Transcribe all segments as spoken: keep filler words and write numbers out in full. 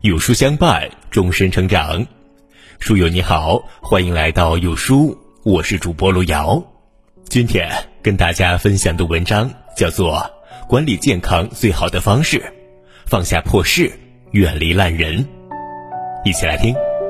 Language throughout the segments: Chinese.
有书相伴，终身成长。书友你好，欢迎来到有书，我是主播路遥。今天跟大家分享的文章叫做《管理健康最好的方式：放下破事，远离烂人》。一起来听。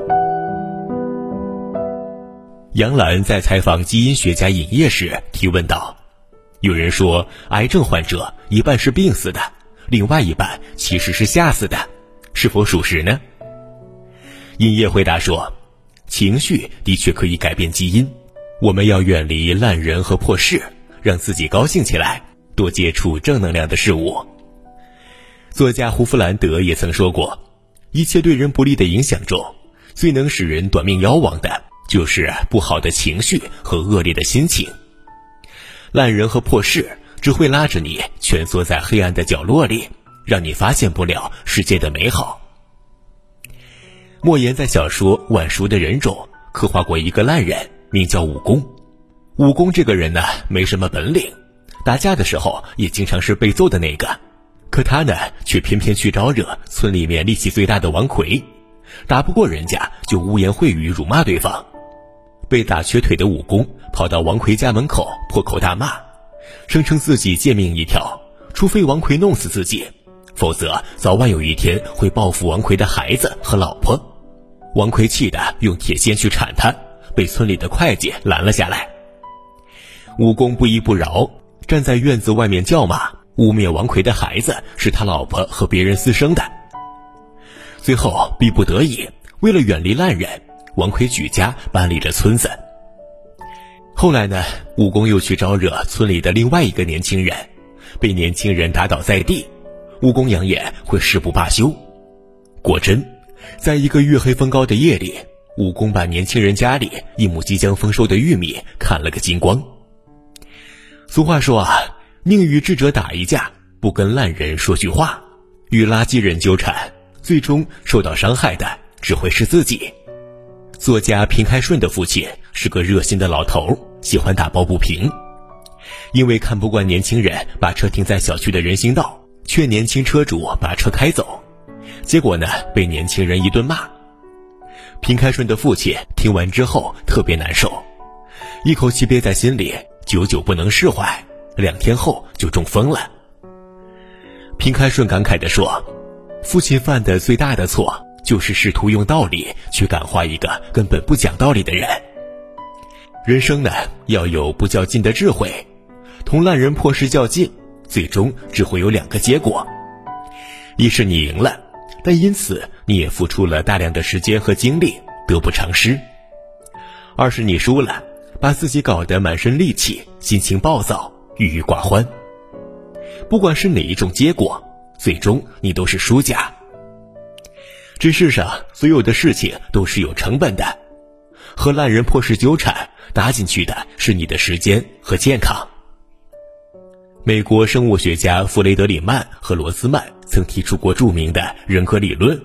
杨澜在采访基因学家尹烨时提问道，有人说癌症患者一半是病死的，另外一半其实是吓死的，是否属实呢？尹烨回答说，情绪的确可以改变基因，我们要远离烂人和破事，让自己高兴起来，多接触正能量的事物。作家胡弗兰德也曾说过，一切对人不利的影响中，最能使人短命夭亡的就是不好的情绪和恶劣的心情。烂人和破事只会拉着你蜷缩在黑暗的角落里，让你发现不了世界的美好。莫言在小说《晚熟的人》中刻画过一个烂人，名叫武功。武功这个人呢，没什么本领，打架的时候也经常是被揍的那个，可他呢却偏偏去招惹村里面力气最大的王奎，打不过人家就污言秽语辱骂对方。被打瘸腿的武功跑到王奎家门口破口大骂，声称自己贱命一条，除非王奎弄死自己，否则早晚有一天会报复王奎的孩子和老婆。王奎气得用铁锨去铲他，被村里的会计拦了下来。武功不依不饶，站在院子外面叫骂，污蔑王奎的孩子是他老婆和别人私生的。最后逼不得已，为了远离烂人，王奎举家搬离了村子。后来呢，武功又去招惹村里的另外一个年轻人，被年轻人打倒在地，武功扬言会誓不罢休。果真，在一个月黑风高的夜里，武功把年轻人家里一亩即将丰收的玉米砍了个精光。俗话说啊，宁与智者打一架，不跟烂人说句话。与垃圾人纠缠，最终受到伤害的只会是自己。作家平开顺的父亲是个热心的老头，喜欢打抱不平。因为看不惯年轻人把车停在小区的人行道，劝年轻车主把车开走，结果呢，被年轻人一顿骂。平开顺的父亲听完之后特别难受，一口气憋在心里，久久不能释怀，两天后就中风了。平开顺感慨地说，父亲犯的最大的错就是试图用道理去感化一个根本不讲道理的人。人生呢，要有不较劲的智慧，同烂人破事较劲，最终只会有两个结果。一是你赢了，但因此你也付出了大量的时间和精力，得不偿失。二是你输了，把自己搞得满身戾气，心情暴躁，郁郁寡欢。不管是哪一种结果，最终你都是输家。这世上所有的事情都是有成本的，和烂人破事纠缠，搭进去的是你的时间和健康。美国生物学家弗雷德里曼和罗斯曼曾提出过著名的人格理论。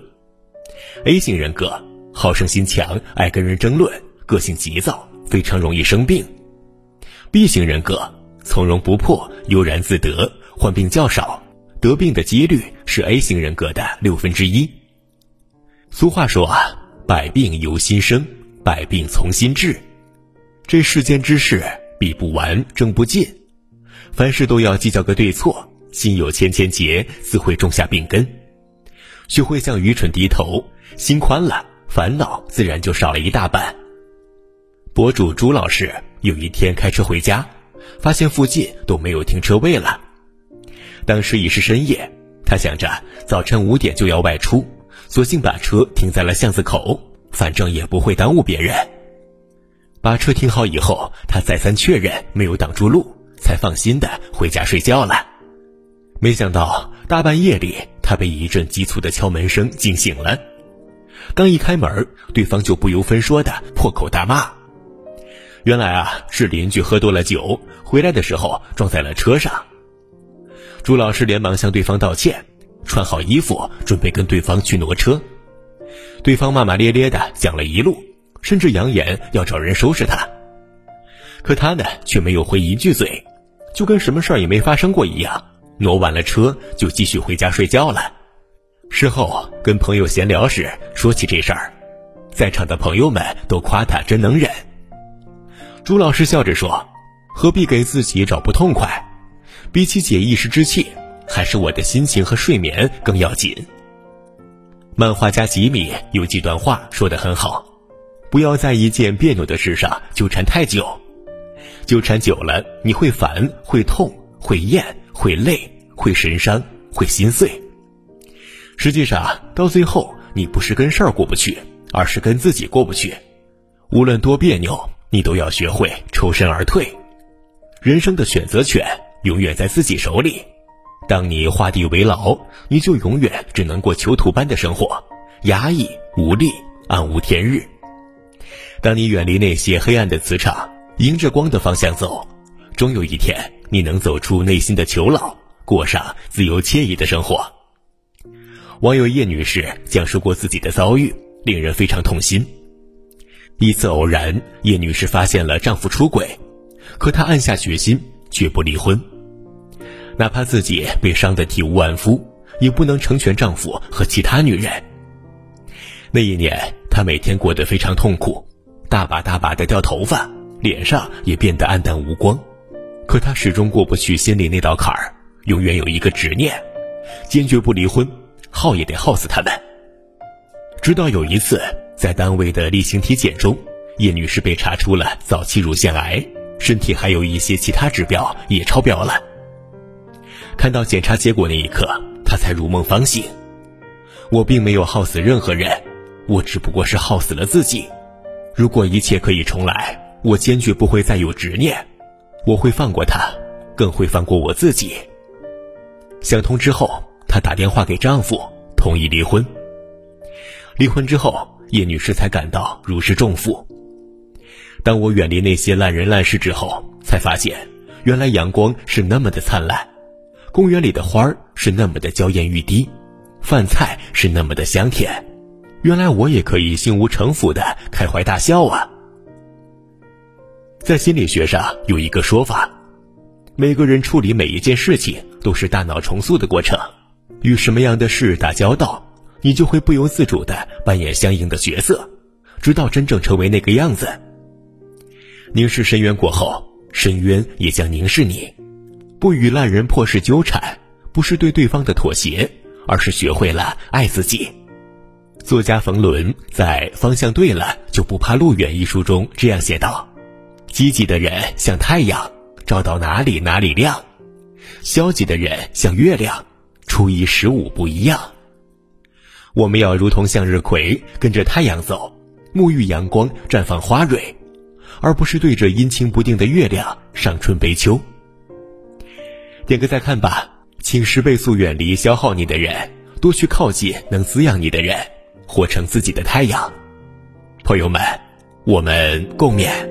A 型人格好胜心强，爱跟人争论，个性急躁，非常容易生病。 B 型人格从容不迫，悠然自得，患病较少，得病的几率是 A 型人格的六分之一。俗话说啊，百病由心生，百病从心治。这世间之事，比不完，争不尽。凡事都要计较个对错，心有千千结，自会种下病根。学会向愚蠢低头，心宽了，烦恼自然就少了一大半。博主朱老师有一天开车回家，发现附近都没有停车位了。当时已是深夜，他想着早晨五点就要外出，索性把车停在了巷子口，反正也不会耽误别人。把车停好以后，他再三确认没有挡住路，才放心的回家睡觉了。没想到大半夜里，他被一阵急促的敲门声惊醒了。刚一开门，对方就不由分说的破口大骂。原来啊，是邻居喝多了酒，回来的时候撞在了车上。朱老师连忙向对方道歉，穿好衣服准备跟对方去挪车。对方骂骂咧咧的讲了一路，甚至扬言要找人收拾他。可他呢，却没有回一句嘴，就跟什么事儿也没发生过一样，挪完了车就继续回家睡觉了。 事后跟朋友闲聊时说起这事儿，在场的朋友们都夸他真能忍。朱老师笑着说，何必给自己找不痛快，比起解一时之气，还是我的心情和睡眠更要紧。漫画家吉米有几段话说得很好，不要在一件别扭的事上纠缠太久，纠缠久了你会烦，会痛，会厌，会累，会神伤，会心碎。实际上到最后你不是跟事儿过不去，而是跟自己过不去。无论多别扭，你都要学会抽身而退。人生的选择权永远在自己手里，当你画地为牢，你就永远只能过囚徒般的生活，压抑无力，暗无天日。当你远离那些黑暗的磁场，迎着光的方向走，终有一天你能走出内心的囚牢，过上自由惬意的生活。网友叶女士讲述过自己的遭遇，令人非常痛心。一次偶然，叶女士发现了丈夫出轨，可她暗下决心绝不离婚，哪怕自己被伤得体无完肤，也不能成全丈夫和其他女人。那一年她每天过得非常痛苦，大把大把的掉头发，脸上也变得暗淡无光。可她始终过不去心里那道坎儿，永远有一个执念，坚决不离婚，耗也得耗死他们。直到有一次在单位的例行体检中，叶女士被查出了早期乳腺癌，身体还有一些其他指标也超标了。看到检查结果那一刻，她才如梦方醒。我并没有耗死任何人，我只不过是耗死了自己。如果一切可以重来，我坚决不会再有执念，我会放过他，更会放过我自己。想通之后，她打电话给丈夫，同意离婚。离婚之后，叶女士才感到如释重负。当我远离那些烂人烂事之后，才发现原来阳光是那么的灿烂，公园里的花儿是那么的娇艳欲滴，饭菜是那么的香甜，原来我也可以心无城府的开怀大笑啊。在心理学上有一个说法，每个人处理每一件事情都是大脑重塑的过程，与什么样的事打交道，你就会不由自主地扮演相应的角色，直到真正成为那个样子。凝视深渊过后，深渊也将凝视你。不与烂人破事纠缠，不是对对方的妥协，而是学会了爱自己。作家冯仑在《方向对了就不怕路远》一书中这样写道，积极的人像太阳，照到哪里哪里亮；消极的人像月亮，初一十五不一样。我们要如同向日葵，跟着太阳走，沐浴阳光，绽放花蕊，而不是对着阴晴不定的月亮伤春悲秋。点个再看吧，请十倍速远离消耗你的人，多去靠近能滋养你的人，活成自己的太阳。朋友们，我们共勉。